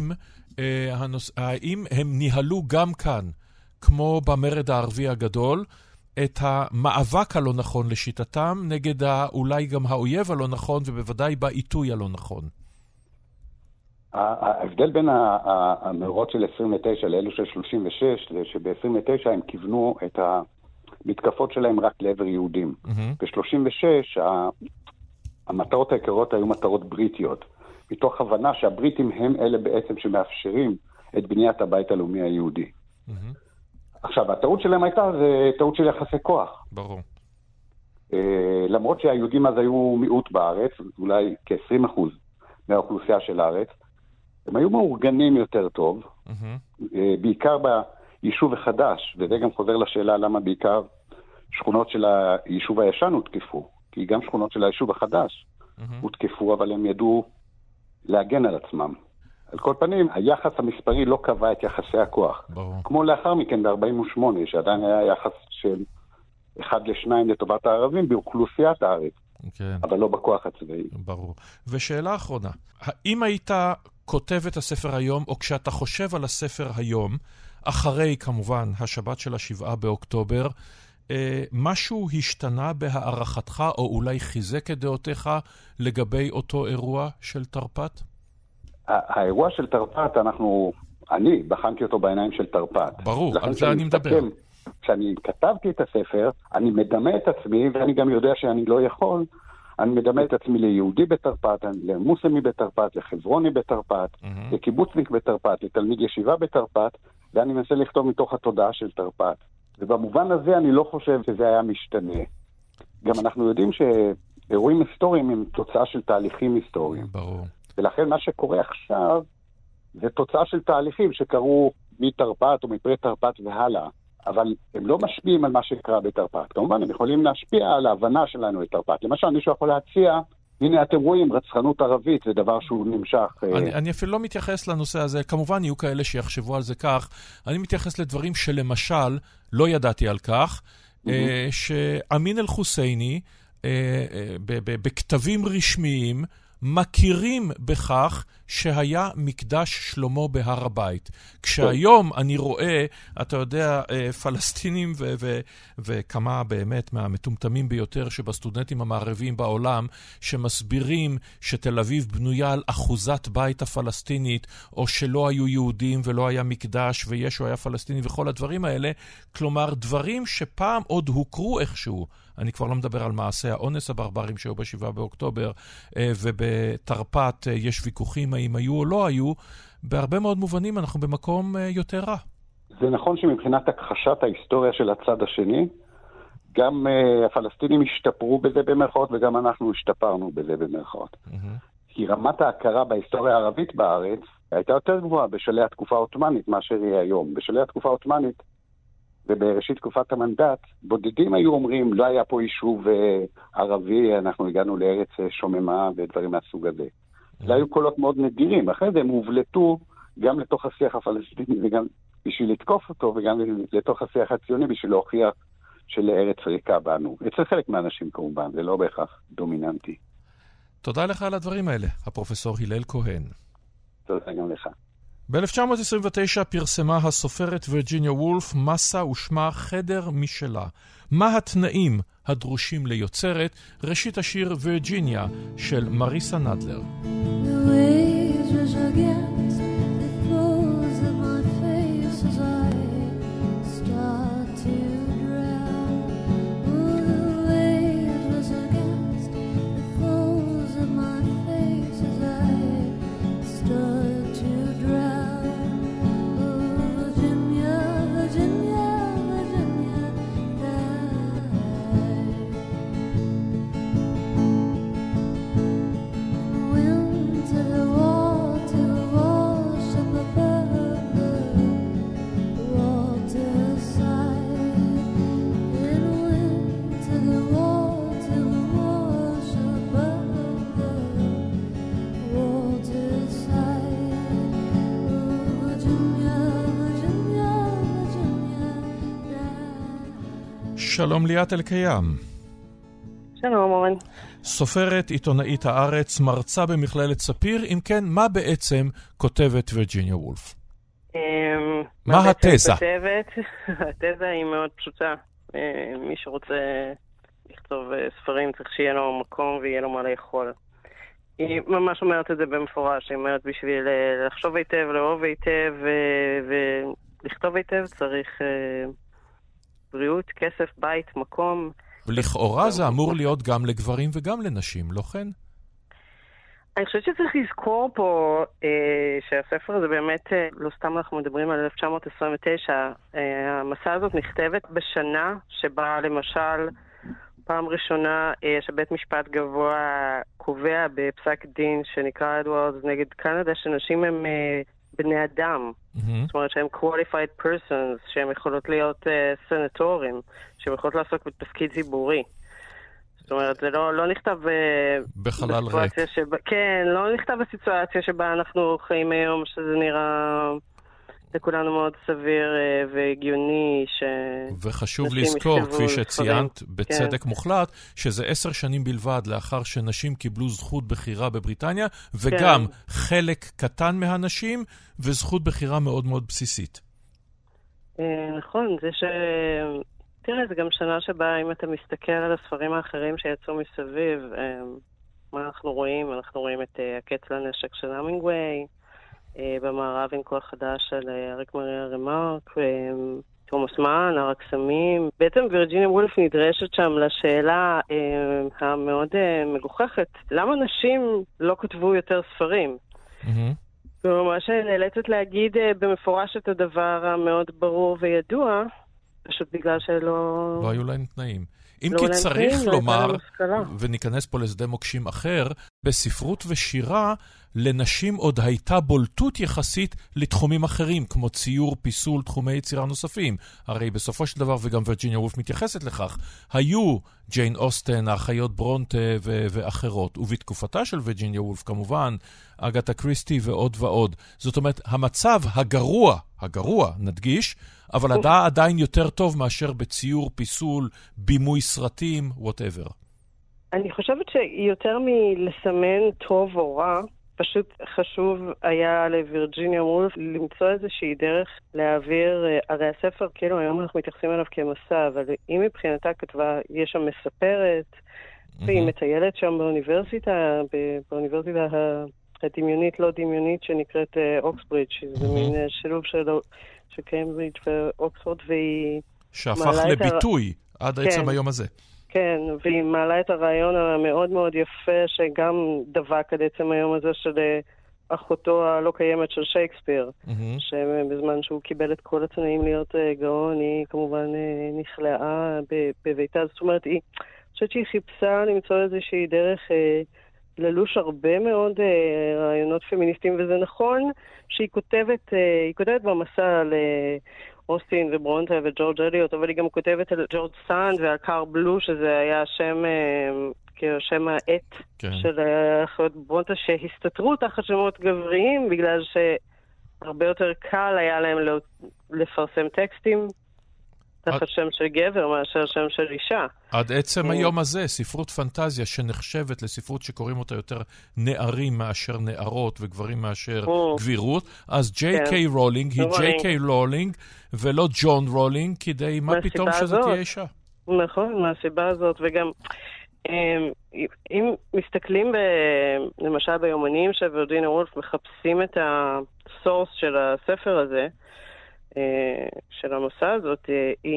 [SPEAKER 2] האם הם ניהלו גם כאן, כמו במרד הערבי הגדול, את המאבק הלא נכון לשיטתם, נגד אולי גם האויב הלא נכון, ובוודאי בעיתוי הלא נכון?
[SPEAKER 6] ההבדל בין המאורעות של 29 לאלו של 36, זה שב-29 הם כיוונו את המתקפות שלהם רק לעבר יהודים. ב-36 המטרות העיקריות היו מטרות בריטיות, מתוך הבנה שהבריטים הם אלה בעצם שמאפשרים את בניית הבית הלאומי היהודי. עכשיו, הטעות שלהם הייתה, זה טעות של יחסי כוח.
[SPEAKER 2] ברור.
[SPEAKER 6] למרות שהיהודים אז היו מיעוט בארץ, אולי כ-20% מהאוכלוסייה של הארץ, הם היו מאורגנים יותר טוב, בעיקר ביישוב החדש, וזה גם חוזר לשאלה למה בעיקר שכונות של היישוב הישן הותקפו, כי גם שכונות של היישוב החדש הותקפו, אבל הם ידעו להגן על עצמם. על כל פנים, היחס המספרי לא קבע את יחסי הכוח.
[SPEAKER 2] ברור.
[SPEAKER 6] כמו לאחר מכן ב-48, שעדיין היה יחס של 1-2 לטובת הערבים באוכלוסיית הארץ, כן. אבל לא בכוח הצבאי.
[SPEAKER 2] ברור. ושאלה אחרונה, האם היית כותב את הספר היום, או כשאתה חושב על הספר היום, אחרי כמובן השבת של 7 באוקטובר, משהו השתנה בהערכתך, או אולי חיזק את דעותיך לגבי אותו אירוע של תרפ"ט?
[SPEAKER 6] האירוע של תרפ"ט, אני בחנתי אותו בעיניים של תרפ"ט.
[SPEAKER 2] ברור, על זה אני מדבר.
[SPEAKER 6] כשאני כתבתי את הספר, אני מדמה את עצמי, ואני גם יודע שאני לא יכול, אני מדמה את עצמי ליהודי בתרפ"ט, למוסלמי בתרפ"ט, לחברוני בתרפ"ט, לקיבוצניק בתרפ"ט, לתלמיד ישיבה בתרפ"ט, ואני מנסה לכתוב מתוך התודעה של תרפ"ט. ובמובן הזה אני לא חושב שזה היה משתנה. גם אנחנו יודעים שאירועים היסטוריים הם תוצאה של תהליכים היסטוריים.
[SPEAKER 2] ברור.
[SPEAKER 6] ולכן מה שקורה עכשיו זה תוצאה של תהליכים שקרו מתרפ"ט או מפרי תרפ"ט והלאה. אבל הם לא משפיעים על מה שקרה בתרפ"ט. כמובן, הם יכולים להשפיע על ההבנה שלנו את תרפ"ט. למשל, מישהו יכול להציע, הנה אתם רואים, רצחנות ערבית, זה דבר שהוא נמשך.
[SPEAKER 2] אני אפילו לא מתייחס לנושא הזה. כמובן, יהיו כאלה שיחשבו על זה כך. אני מתייחס לדברים שלמשל, לא ידעתי על כך, שאמין אל-חוסייני, בכתבים רשמיים, מכירים בכך שהיה מקדש שלמה בהר הבית. כשהיום אני רואה, אתה יודע, פלסטינים וכמה באמת מהמטומטמים ביותר שבסטודנטים המערבים בעולם, שמסבירים שתל אביב בנויה על אחוזת בית הפלסטינית, או שלא היו יהודים ולא היה מקדש וישו היה פלסטיני וכל הדברים האלה, כלומר דברים שפעם עוד הוכרו איכשהו. אני כבר לא מדבר על מעשי האונס הברברים שהיו ב7 באוקטובר, ובתרפ"ט יש ויכוחים האם היו או לא היו. בהרבה מאוד מובנים אנחנו במקום יותר רע.
[SPEAKER 6] זה נכון שמבחינת הכחשת ההיסטוריה של הצד השני, גם הפלסטינים השתפרו בזה במרכאות, וגם אנחנו השתפרנו בזה במרכאות. כי רמת ההכרה בהיסטוריה הערבית בארץ הייתה יותר גבוהה בשלהי התקופה העות'מאנית מאשר היא היום. בשלהי התקופה העות'מאנית ובראשית תקופת המנדט, בודדים היו אומרים, לא היה פה יישוב ערבי, אנחנו הגענו לארץ שוממה ודברים מהסוג הזה. זה היו קולות מאוד נדירים. אחרי זה הם הובלטו גם לתוך השיח הפלסטיני, וגם בשביל לתקוף אותו, וגם לתוך השיח הציוני, בשביל להוכיח שלארץ ריקה בנו. אצל חלק מהאנשים כמובן, זה לא בהכרח דומיננטי.
[SPEAKER 2] תודה לך על הדברים האלה, הפרופסור הלל כהן.
[SPEAKER 6] תודה גם לך.
[SPEAKER 2] ב-1929 פרסמה הסופרת וירג'יניה וולף מסה ושמה חדר משלה. מה התנאים הדרושים ליוצרת? ראשית השיר וירג'יניה של מריסה נדלר. שלום ליאת אלקיים.
[SPEAKER 7] שלום אורן.
[SPEAKER 2] סופרת, עיתונאית הארץ, מרצה במכללת ספיר. אם כן, מה בעצם כותבת וירג'יניה וולף? מה התזה?
[SPEAKER 7] התזה היא מאוד פשוטה. מי שרוצה לכתוב ספרים צריך שיהיה לו מקום ויהיה לו מה לאכול. היא ממש אומרת את זה במפורש. היא אומרת בשביל לחשוב היטב, לאהוב היטב ולכתוב היטב צריך בריאות, כסף, בית, מקום.
[SPEAKER 2] ולכאורה זה אמור להיות גם לגברים וגם לנשים, לא כן?
[SPEAKER 7] אני חושבת שצריך לזכור פה שהספר הזה באמת, לא סתם אנחנו מדברים על 1929, המסע הזאת נכתבת בשנה שבה למשל פעם ראשונה שבית משפט גבוה קובע בפסק דין שנקרא אדוארדס נגד קנדה שנשים הם בני אדם. זאת אומרת שהם qualified persons, שהם יכולות להיות סנטורים, שהם יכולות לעסוק בתפקיד ציבורי. זאת אומרת, זה לא נכתב
[SPEAKER 2] בחלל ריק.
[SPEAKER 7] כן, לא נכתב בסיטואציה שבה אנחנו חיים היום, שזה נראה לכולנו מאוד סביר והגיוני.
[SPEAKER 2] וחשוב לזכור, כפי שציינת בצדק מוחלט, שזה 10 שנים בלבד לאחר שנשים קיבלו זכות בחירה בבריטניה, וגם חלק קטן מהנשים, וזכות בחירה מאוד מאוד בסיסית.
[SPEAKER 7] נכון, זה תראה, זה גם שנה שבה אם אתה מסתכל על הספרים האחרים שיצאו מסביב, מה אנחנו רואים? אנחנו רואים את הקץ לנשק של המינגווי, במערב עם כוח חדש של אריק מריה רמארק, תומאס מאן, הר הקסמים. בעצם וירג'יניה וולף נדרשת שם לשאלה המאוד מגוחכת, למה נשים לא כתבו יותר ספרים? וממש נאלצת להגיד במפורש את הדבר המאוד ברור וידוע, פשוט בגלל שלא...
[SPEAKER 2] לא היו להם תנאים. אם כי צריך לומר, וניכנס פה לשדה מוקשים אחר, בספרות ושירה, לנשים עוד הייתה בולטות יחסית לתחומים אחרים, כמו ציור, פיסול, תחומי יצירה נוספים. הרי בסופו של דבר, וגם וירג'יניה וולף מתייחסת לכך, היו ג'יין אוסטן, האחיות ברונטה ואחרות. ובתקופתה של וירג'יניה וולף, כמובן, אגתה קריסטי ועוד ועוד. זאת אומרת, המצב הגרוע, נדגיש, אבל עדיין יותר טוב מאשר בציור, פיסול, בימוי סרטים, whatever.
[SPEAKER 7] אני חושבת שיותר מלסמן טוב או רע, פשוט חשוב היה לווירג'יניה וולף למצוא איזושהי דרך להעביר, הרי הספר, כאילו היום אנחנו מתייחסים אליו כמסע, אבל אם מבחינתה כתבה, יש שם מספרת, והיא מטיילת שם באוניברסיטה הדמיונית, לא דמיונית, שנקראת אוקסברידג', שזה מין שילוב של קיימברידג' ואוקספורד, והיא...
[SPEAKER 2] שהפך לביטוי עד עצם היום הזה.
[SPEAKER 7] כן, והיא מעלה את הרעיון המאוד מאוד יפה, שגם דבק עד עצם היום הזה של אחותו הלא קיימת של שייקספיר, שבזמן שהוא קיבל את כל התנאים להיות גאון, היא כמובן נכלאה בביתה. זאת אומרת, אני חושבת שהיא חיפשה למצוא איזושהי דרך ללוש הרבה מאוד רעיונות פמיניסטיים, וזה נכון שהיא כותבת במסע על אוסטין וברונטה וג'ורג' אליוט, אבל היא גם כותבת על ג'ורג' סאנד ועל קאר בלו, שזה היה שם העט של האחיות ברונטה, שהסתתרו תחת שמות גבריים, בגלל שהרבה יותר קל היה להם לפרסם טקסטים תחת שם של גבר מאשר שם של אישה.
[SPEAKER 2] עד עצם היום הזה, ספרות פנטזיה שנחשבת לספרות שקוראים אותה יותר נערים מאשר נערות וגברים מאשר גבירות, אז ג'יי.קיי רולינג היא ג'יי.קיי רולינג ולא ג'ון רולינג, כדי מה פתאום שזאת תהיה אישה.
[SPEAKER 7] נכון, מהסיבה הזאת, וגם אם מסתכלים למשל ביומנים של וירג'יניה וולף, מחפשים את הסורס של הספר הזה, של המסע הזאת,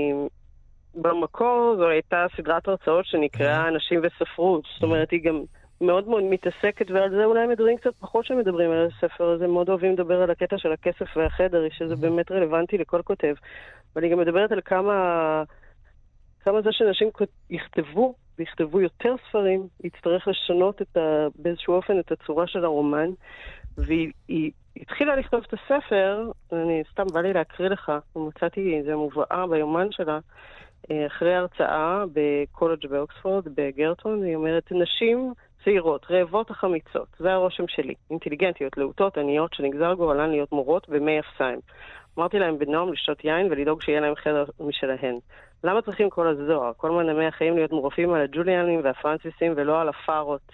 [SPEAKER 7] במקור זו הייתה סדרת הרצאות שנקראה אנשים וספרות, זאת אומרת היא גם מאוד מאוד מתעסקת, ועל זה אולי מדברים קצת פחות שמדברים על הספר הזה, מאוד אוהבים לדבר על הקטע של הכסף והחדר, שזה באמת רלוונטי לכל כותב, אבל היא גם מדברת על כמה זה שאנשים יכתבו יותר ספרים, יצטרך לשנות באיזשהו אופן את הצורה של הרומן, והיא התחילה לכתוב את הספר, אני סתם בא לי להקריא לך, ומצאתי איזה מובאה ביומן שלה, אחרי הרצאה בקולג' באוקספורד, בגרטון, היא אומרת, נשים צעירות, רעבות החמיצות, זה הרושם שלי, אינטליגנטיות, להוטות, עניות, שנגזר גורלן להיות מורות במי אפסיים. אמרתי להם בנועם לשתות יין ולדאוג שיהיה להם חדר משלהן. למה צריכים כל הזוהר? כל מנעמי החיים להיות מורפים על הג'וליאנים והפרנסיסים ולא על הפארות.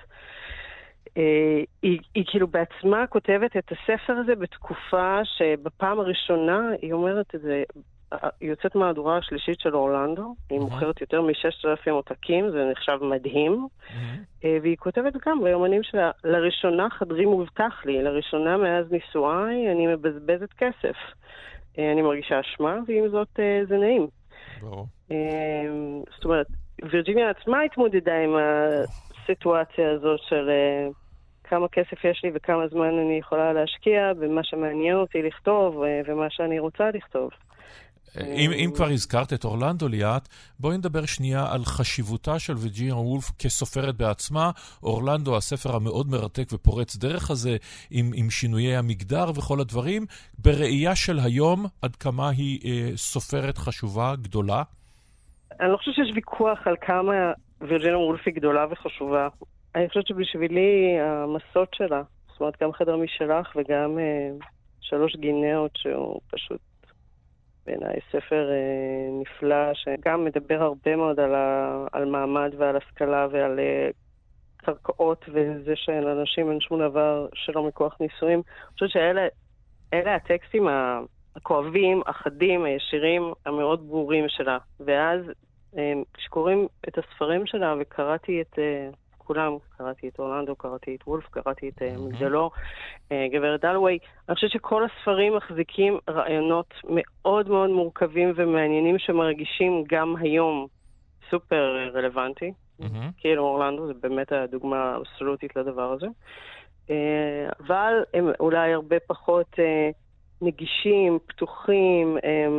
[SPEAKER 7] היא כאילו בעצמה כותבת את הספר הזה בתקופה שבפעם הראשונה היא אומרת את זה, היא יוצאת מהדורה השלישית של אורלנדו, היא מוכרת יותר מ-6,000 עותקים, זה נחשב מדהים, והיא כותבת גם ביומנים שלה, לראשונה חדרי מובטח לי, לראשונה מאז נישואיי אני מבזבזת כסף. אני מרגישה אשמה, ועם זאת זה נעים. זאת אומרת, וירג'יניה עצמה התמודדה עם הסיטואציה הזאת של כמה כסף יש לי וכמה זמן אני יכולה להשקיע במה שמעניין אותי לכתוב ומה שאני רוצה לכתוב.
[SPEAKER 2] אם כבר הזכרת את אורלנדו ליאת, בואי נדבר שנייה על חשיבותה של וירג'יניה וולף כסופרת בעצמה. אורלנדו, הספר המאוד מרתק ופורץ דרך הזה, עם שינויי המגדר וכל הדברים, בראייה של היום, עד כמה היא סופרת חשובה, גדולה?
[SPEAKER 7] אני לא חושבת שיש ויכוח על כמה וירג'יניה וולף היא גדולה וחשובה. אני חושבת שבשבילי המסות שלה, זאת אומרת גם חדר משלך וגם 3 גינאות שהוא פשוט בעיניי ספר נפלא, שגם מדבר הרבה מאוד על מעמד ועל השכלה ועל קרקעות וזה שלאנשים אין שום דבר שלא מכוח נישואים. אני חושבת שאלה הטקסטים הכואבים, החדים, הישירים, המאוד ברורים שלה. ואז כשקוראים את הספרים שלה, וקראתי את כולם, קראתי את אורלנדו, קראתי את וולף, קראתי את מגדלור, גברת דלווי, אני חושבת שכל הספרים מחזיקים רעיונות מאוד מאוד מורכבים ומעניינים שמרגישים גם היום סופר רלוונטי. כאילו אורלנדו זה באמת הדוגמה האבסולוטית לדבר הזה. אבל הם אולי הרבה פחות נגישים, פתוחים.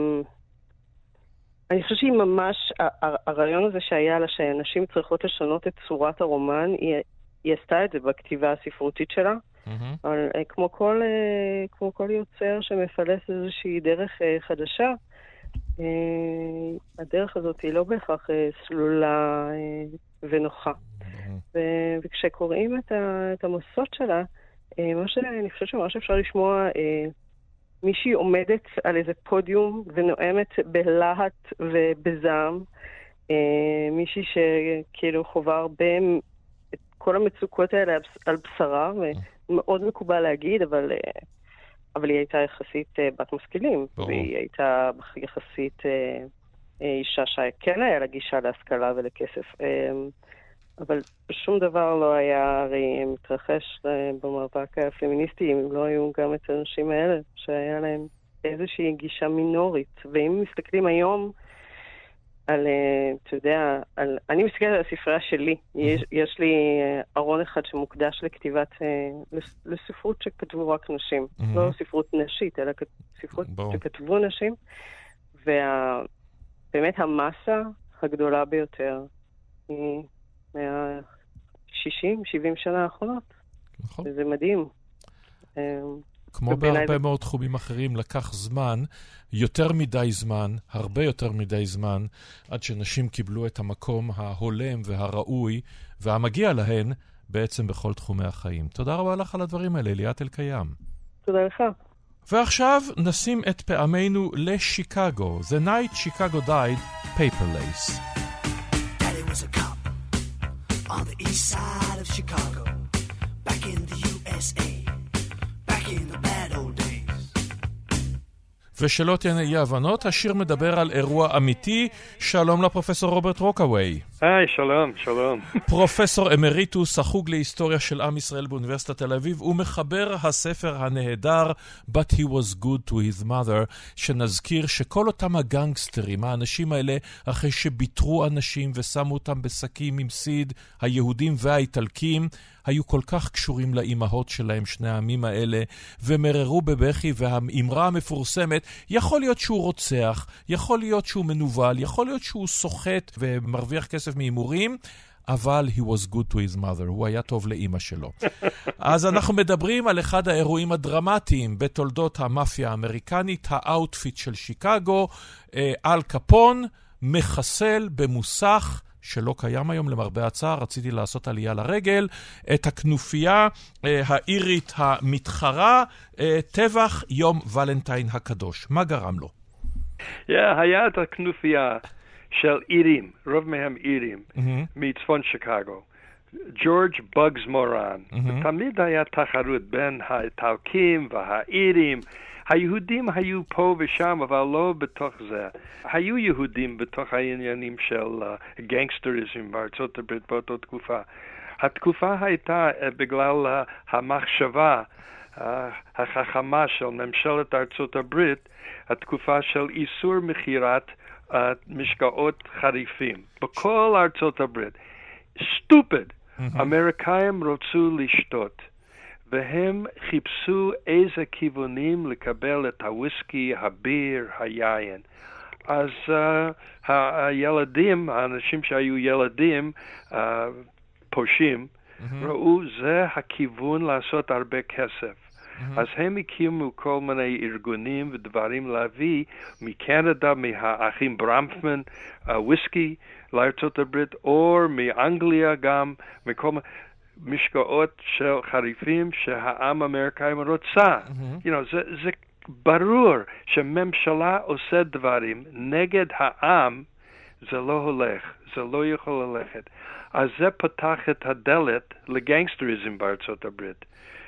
[SPEAKER 7] אני חושבת שהיא ממש, הרעיון הזה שהיה לה שאנשים צריכות לשנות את צורת הרומן, היא עשתה את זה בכתיבה הספרותית שלה. אבל כמו כל יוצר שמפלס איזושהי דרך חדשה, הדרך הזאת היא לא בהכרח סלולה ונוחה. וכשקוראים את המסות שלה, אני חושבת שממש אפשר לשמוע מישהי עומדת על איזה פודיום ונואמת בלהט ובזעם, מישהי שכאילו חובה הרבה את כל המצוקות האלה על בשרה, ומאוד מקובל להגיד, אבל היא הייתה יחסית בת משכילים, והיא הייתה יחסית אישה שכן היה לה גישה להשכלה ולכסף. אבל שום דבר לא היה הרי מתרחש במאבק הפמיניסטי, אם לא היו גם את האנשים האלה, שהיה להם איזושהי גישה מינורית. ואם מסתכלים היום על, אתה יודע, אני מסתכלת על הספרייה שלי. יש לי ארון אחד שמוקדש לכתיבת, לספרות שכתבו רק נשים. לא ספרות נשית, אלא ספרות שכתבו נשים. ובאמת המסה הגדולה ביותר היא 60-70 שנה האחרונות. נכון. וזה מדהים.
[SPEAKER 2] כמו בהרבה מאוד תחומים אחרים, לקח זמן, יותר מדי זמן, הרבה יותר מדי זמן, עד שנשים קיבלו את המקום ההולם והראוי והמגיע להן בעצם בכל תחומי החיים. תודה רבה לך על הדברים האלה, ליאת אלקיים.
[SPEAKER 7] תודה לך.
[SPEAKER 2] ועכשיו נשים את פעמנו לשיקגו. The night Chicago died, Paper Lace.
[SPEAKER 8] Daddy was a cop on the east side of Chicago, back in the USA, back in the bad old days.
[SPEAKER 2] ושלא תהיינה אי הבנות, השיר מדבר על אירוע אמיתי. שלום לפרופסור רוברט רוקאווי.
[SPEAKER 9] היי, שלום, שלום.
[SPEAKER 2] פרופסור אמריטוס, החוג להיסטוריה של עם ישראל באוניברסיטת תל אביב, ומחבר הספר הנהדר But He Was Good to His Mother, שנזכיר שכל אותם הגנגסטרים, האנשים האלה, אחרי שביטרו אנשים ושמו אותם בשקים עם סיד, היהודים והאיטלקים, היו כל כך קשורים לאימהות שלהם, שני העמים האלה, ומררו בבכי, והאמרה המפורסמת, יכול להיות שהוא רוצח, יכול להיות שהוא מנוול, יכול להיות שהוא סוחט ומרוויח כסף מאימורים, אבל he was good to his mother, הוא היה טוב לאמא שלו. אז אנחנו מדברים על אחד האירועים הדרמטיים בתולדות המאפיה האמריקנית, האוטפיט של שיקגו, אל קפון, מחסל במוסך, שלא קיים היום למרבה הצער, רציתי לעשות עלייה לרגל, את הכנופיה האירית המתחרה, טבח יום ולנטיין הקדוש. מה גרם לו?
[SPEAKER 9] היה את הכנופיה של אירים, רוב מהם אירים, מצפון שיקגו. ג'ורג' בגס מורן. ותמיד היה תחרות בין האיטלקים והאירים. היהודים היו פה ושם, אבל לא בתוך זה. היו יהודים בתוך העניינים של גנגסטריזם בארצות הברית באותה תקופה. התקופה הייתה בגלל המחשבה החכמה של ממשלת ארצות הברית, התקופה של איסור מכירת משקאות חריפים בכל ארצות הברית. סטופד. אמריקאים רצו לשתות. והם חיפשו איזה כיוונים לקבל את הוויסקי, הביר, היין. אז הילדים, האנשים שהיו ילדים, פושעים, ראו זה הכיוון לעשות הרבה כסף. אז הם הקימו כל מיני ארגונים ודברים להביא מקנדה, מהאחים ברמפמן, וויסקי לארצות הברית, או מאנגליה גם, מכל מיני משקאות של חריפים שהעם האמריקאי רוצה. זה ברור שממשלה עושה דברים נגד העם, זה לא הולך, זה לא יכול ללכת. אז זה פתח את הדלת לגנגסטריזם בארצות הברית.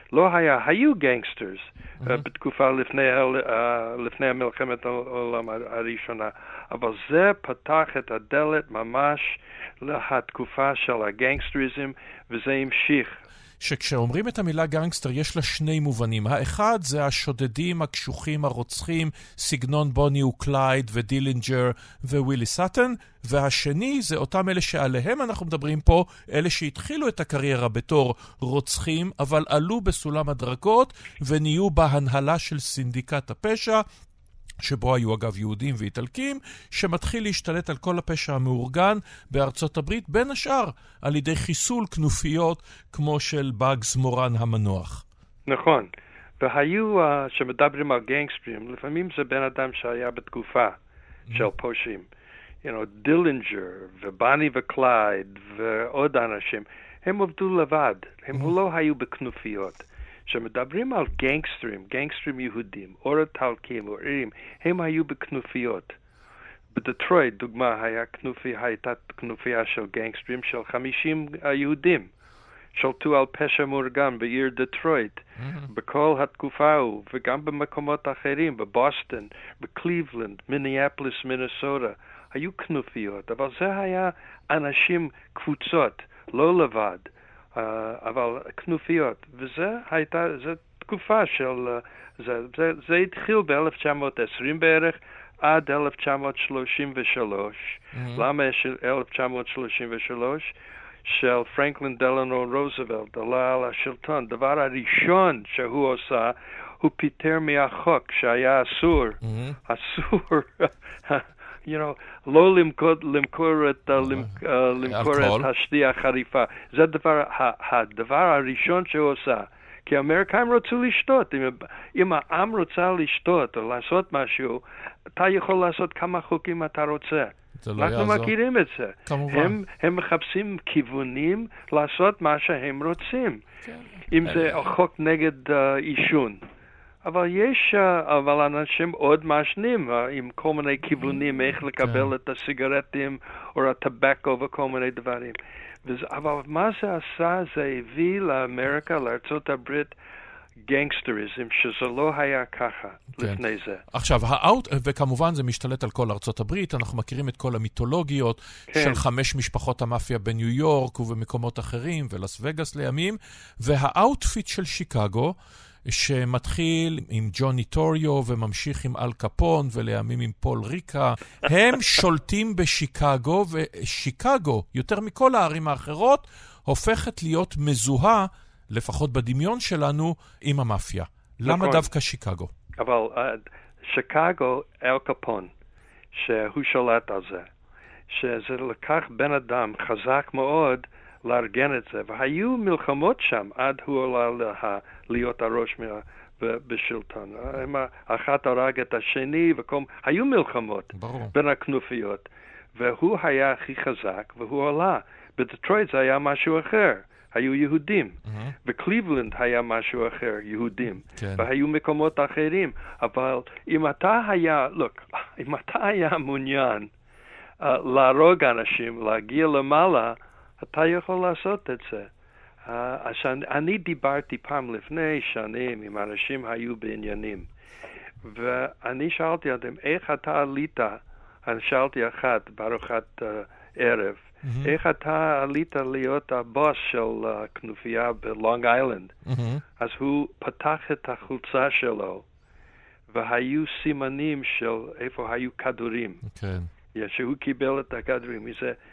[SPEAKER 9] לא היו גנגסטרס בתקופה לפני מלחמת העולם הראשונה, אבל זה פתח את הדלת ממש לתקופה של הגנגסטריזם, וזה המשיך.
[SPEAKER 2] שכשאומרים את המילה גנגסטר יש לה שני מובנים. האחד זה השודדים, הקשוחים, הרוצחים, סגנון בוני וקלייד ודילינג'ר ווילי סאטן, והשני זה אותם אלה שעליהם אנחנו מדברים פה, אלה שהתחילו את הקריירה בתור רוצחים, אבל עלו בסולם הדרגות ונהיו בהנהלה של סינדיקט הפשע, שבו היו אגב יהודים ואיטלקים, שמתחיל להשתלט על כל הפשע המאורגן בארצות הברית, בין השאר על ידי חיסול כנופיות כמו של באגס מורן המנוח.
[SPEAKER 9] נכון, והיו שמדברים על גנגסטרים, לפעמים זה בן אדם שהיה בתקופה של פושעים. דילינג'ר ובני וקלייד ועוד אנשים, הם עבדו לבד, הם לא היו בכנופיות. שמדברים על גנגסטרים יהודים, או איטלקים או אירים, הם היו בכנופיות. בדטרויט, דוגמה, הייתה כנופיה של גנגסטרים של 50 יהודים, שלטו על פשע מאורגן בעיר דטרויט, בכל התקופה ההוא, וגם במקומות אחרים, בבוסטון, בקליבלנד, מיניאפוליס, מינסוטה, היו כנופיות, אבל זה היה אנשים, קבוצות, לא לבד. אבל כנופיות, וזה תקופה של, זה התחיל ב-1920 בערך, עד 1933. למה 1933? של פרנקלין דלאנו רוזוולט עלה על השלטון. דבר הראשון שהוא עושה, הוא פיטר מהחוק שהיה אסור. אסור. לא למכור את השתייה החריפה. זה הדבר הראשון שהוא עושה. כי האמריקאים רצו לשתות. אם העם רוצה לשתות או לעשות משהו, אתה יכול לעשות כמה חוקים אתה רוצה. אנחנו מכירים את זה. כמובן. הם מחפשים כיוונים לעשות מה שהם רוצים. אם זה חוק נגד עישון. אבל אנשים עוד מעשנים עם כל מיני כיוונים איך לקבל את הסיגרטים או הטבקו וכל מיני דברים. אבל מה זה עשה? זה הביא לאמריקה, לארצות הברית, גנגסטריזם, שזה לא היה ככה לפני זה.
[SPEAKER 2] עכשיו, וכמובן זה משתלט על כל ארצות הברית, אנחנו מכירים את כל המיתולוגיות של 5 משפחות המאפיה בניו יורק ובמקומות אחרים, ולס וגאס לימים, והאוטפיט של שיקגו, שמתחיל עם ג'וני טוריו וממשיך עם אל קפון ולימים עם פול ריקה, הם שולטים בשיקגו, ושיקגו, יותר מכל הערים האחרות, הופכת להיות מזוהה, לפחות בדמיון שלנו, עם המאפיה. למה דווקא שיקגו?
[SPEAKER 9] אבל שיקגו, אל קפון, שהוא שולט על זה, שזה לקח בן אדם חזק מאוד לארגן את זה, והיו מלחמות שם עד הוא עלה להיות הראש בשלטון. אחת הרג את השני, היו מלחמות בין הכנופיות, והוא היה הכי חזק, והוא עלה. בדטרויט זה היה משהו אחר, היו יהודים. בקליבלנד היה משהו אחר, יהודים. והיו מקומות אחרים. אבל אם אתה היה מעוניין להרוג אנשים, להגיע למעלה, אתה יכול לעשות את זה. אני דיברתי פעם לפני שנים עם אנשים היו בעניינים, ואני שאלתי אותם, איך אתה עלית? אני שאלתי אחת בארוחת ערב, איך אתה עלית להיות הבוס של כנופיה בלונג איילנד? אז הוא פתח את החולצה שלו, והיו סימנים של איפה היו כדורים. שהוא קיבל את הכדורים.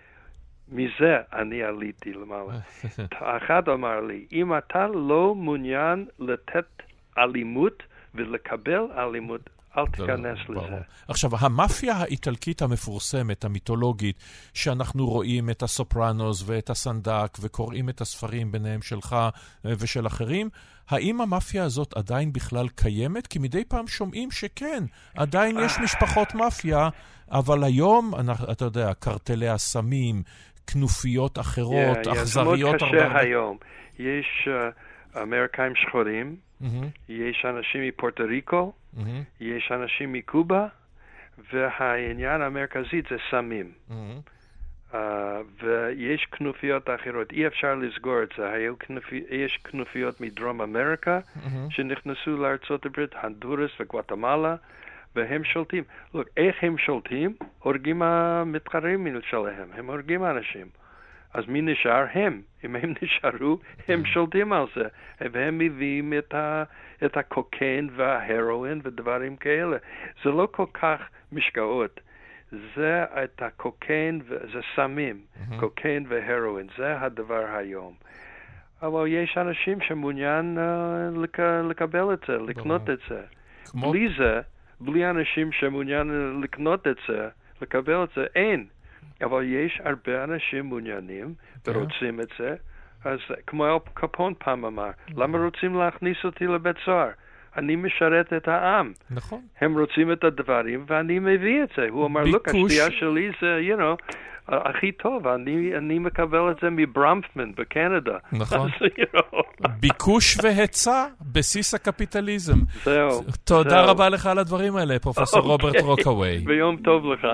[SPEAKER 9] מזה אני עליתי למעלה. אחד אמר לי, אם אתה לא מעוניין לתת אלימות ולקבל אלימות, אל תיכנס לזה.
[SPEAKER 2] עכשיו, המאפיה האיטלקית המפורסמת, המיתולוגית, שאנחנו רואים את הסופרנוס ואת הסנדק וקוראים את הספרים ביניהם שלך ושל אחרים, האם המאפיה הזאת עדיין בכלל קיימת? כי מדי פעם שומעים שכן, עדיין יש משפחות מאפיה, אבל היום, אתה יודע, קרטלי הסמים, כנופיות אחרות, אכזריות.
[SPEAKER 9] זה מאוד קשה היום. יש אמריקאים שחורים, יש אנשים מפורטו ריקו, יש אנשים מקובה, והעניין המרכזי זה סמים. ויש כנופיות אחרות, אי אפשר לסגור את זה. יש כנופיות מדרום אמריקה שנכנסו לארצות הברית, הונדורס וגואטמלה, והם שולטים. איך הם שולטים? הורגים המתחרים שלהם, הם הורגים אנשים. אז מי נשאר? הם. אם הם נשארו, הם שולטים על זה. והם מביאים את הקוקיין וההרואין ודברים כאלה. זה לא כל כך משקאות. זה את הקוקיין, זה סמים, קוקיין והרואין. זה הדבר היום. אבל יש אנשים שמעוניין לקבל את זה, לקנות את זה. בלי זה, בלי אנשים שמעוניין לקנות את זה, לקבל את זה, אין. אבל יש הרבה אנשים מעוניינים ורוצים את זה. אז כמו אל קפון פעם אמר, למה רוצים להכניס אותי לבית סוהר? אני משרת את העם.
[SPEAKER 2] נכון.
[SPEAKER 9] הם רוצים את הדברים ואני מביא את זה. הוא אמר, לוק, השתייה שלי זה, הכי טוב, אני מקבל את זה מברמפמן בקנדה.
[SPEAKER 2] נכון. ביקוש והיצע, בסיס הקפיטליזם.
[SPEAKER 9] זהו.
[SPEAKER 2] תודה רבה לך על הדברים האלה, פרופסור רוברט רוקווי.
[SPEAKER 9] ביום טוב לך.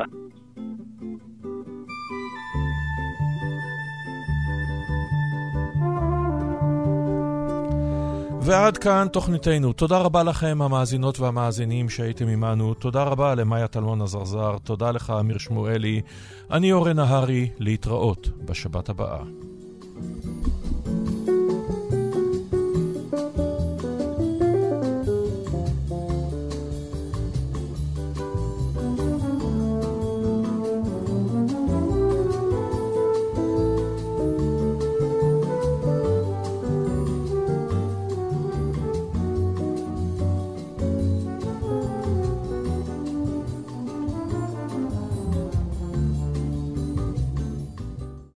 [SPEAKER 2] ועד כאן תוכניתנו. תודה רבה לכם המאזינות והמאזינים שהייתם עמנו. תודה רבה למאיה טלמון עזרזר. תודה לך אמיר שמואלי. אני אורן נהרי, להתראות בשבת הבאה.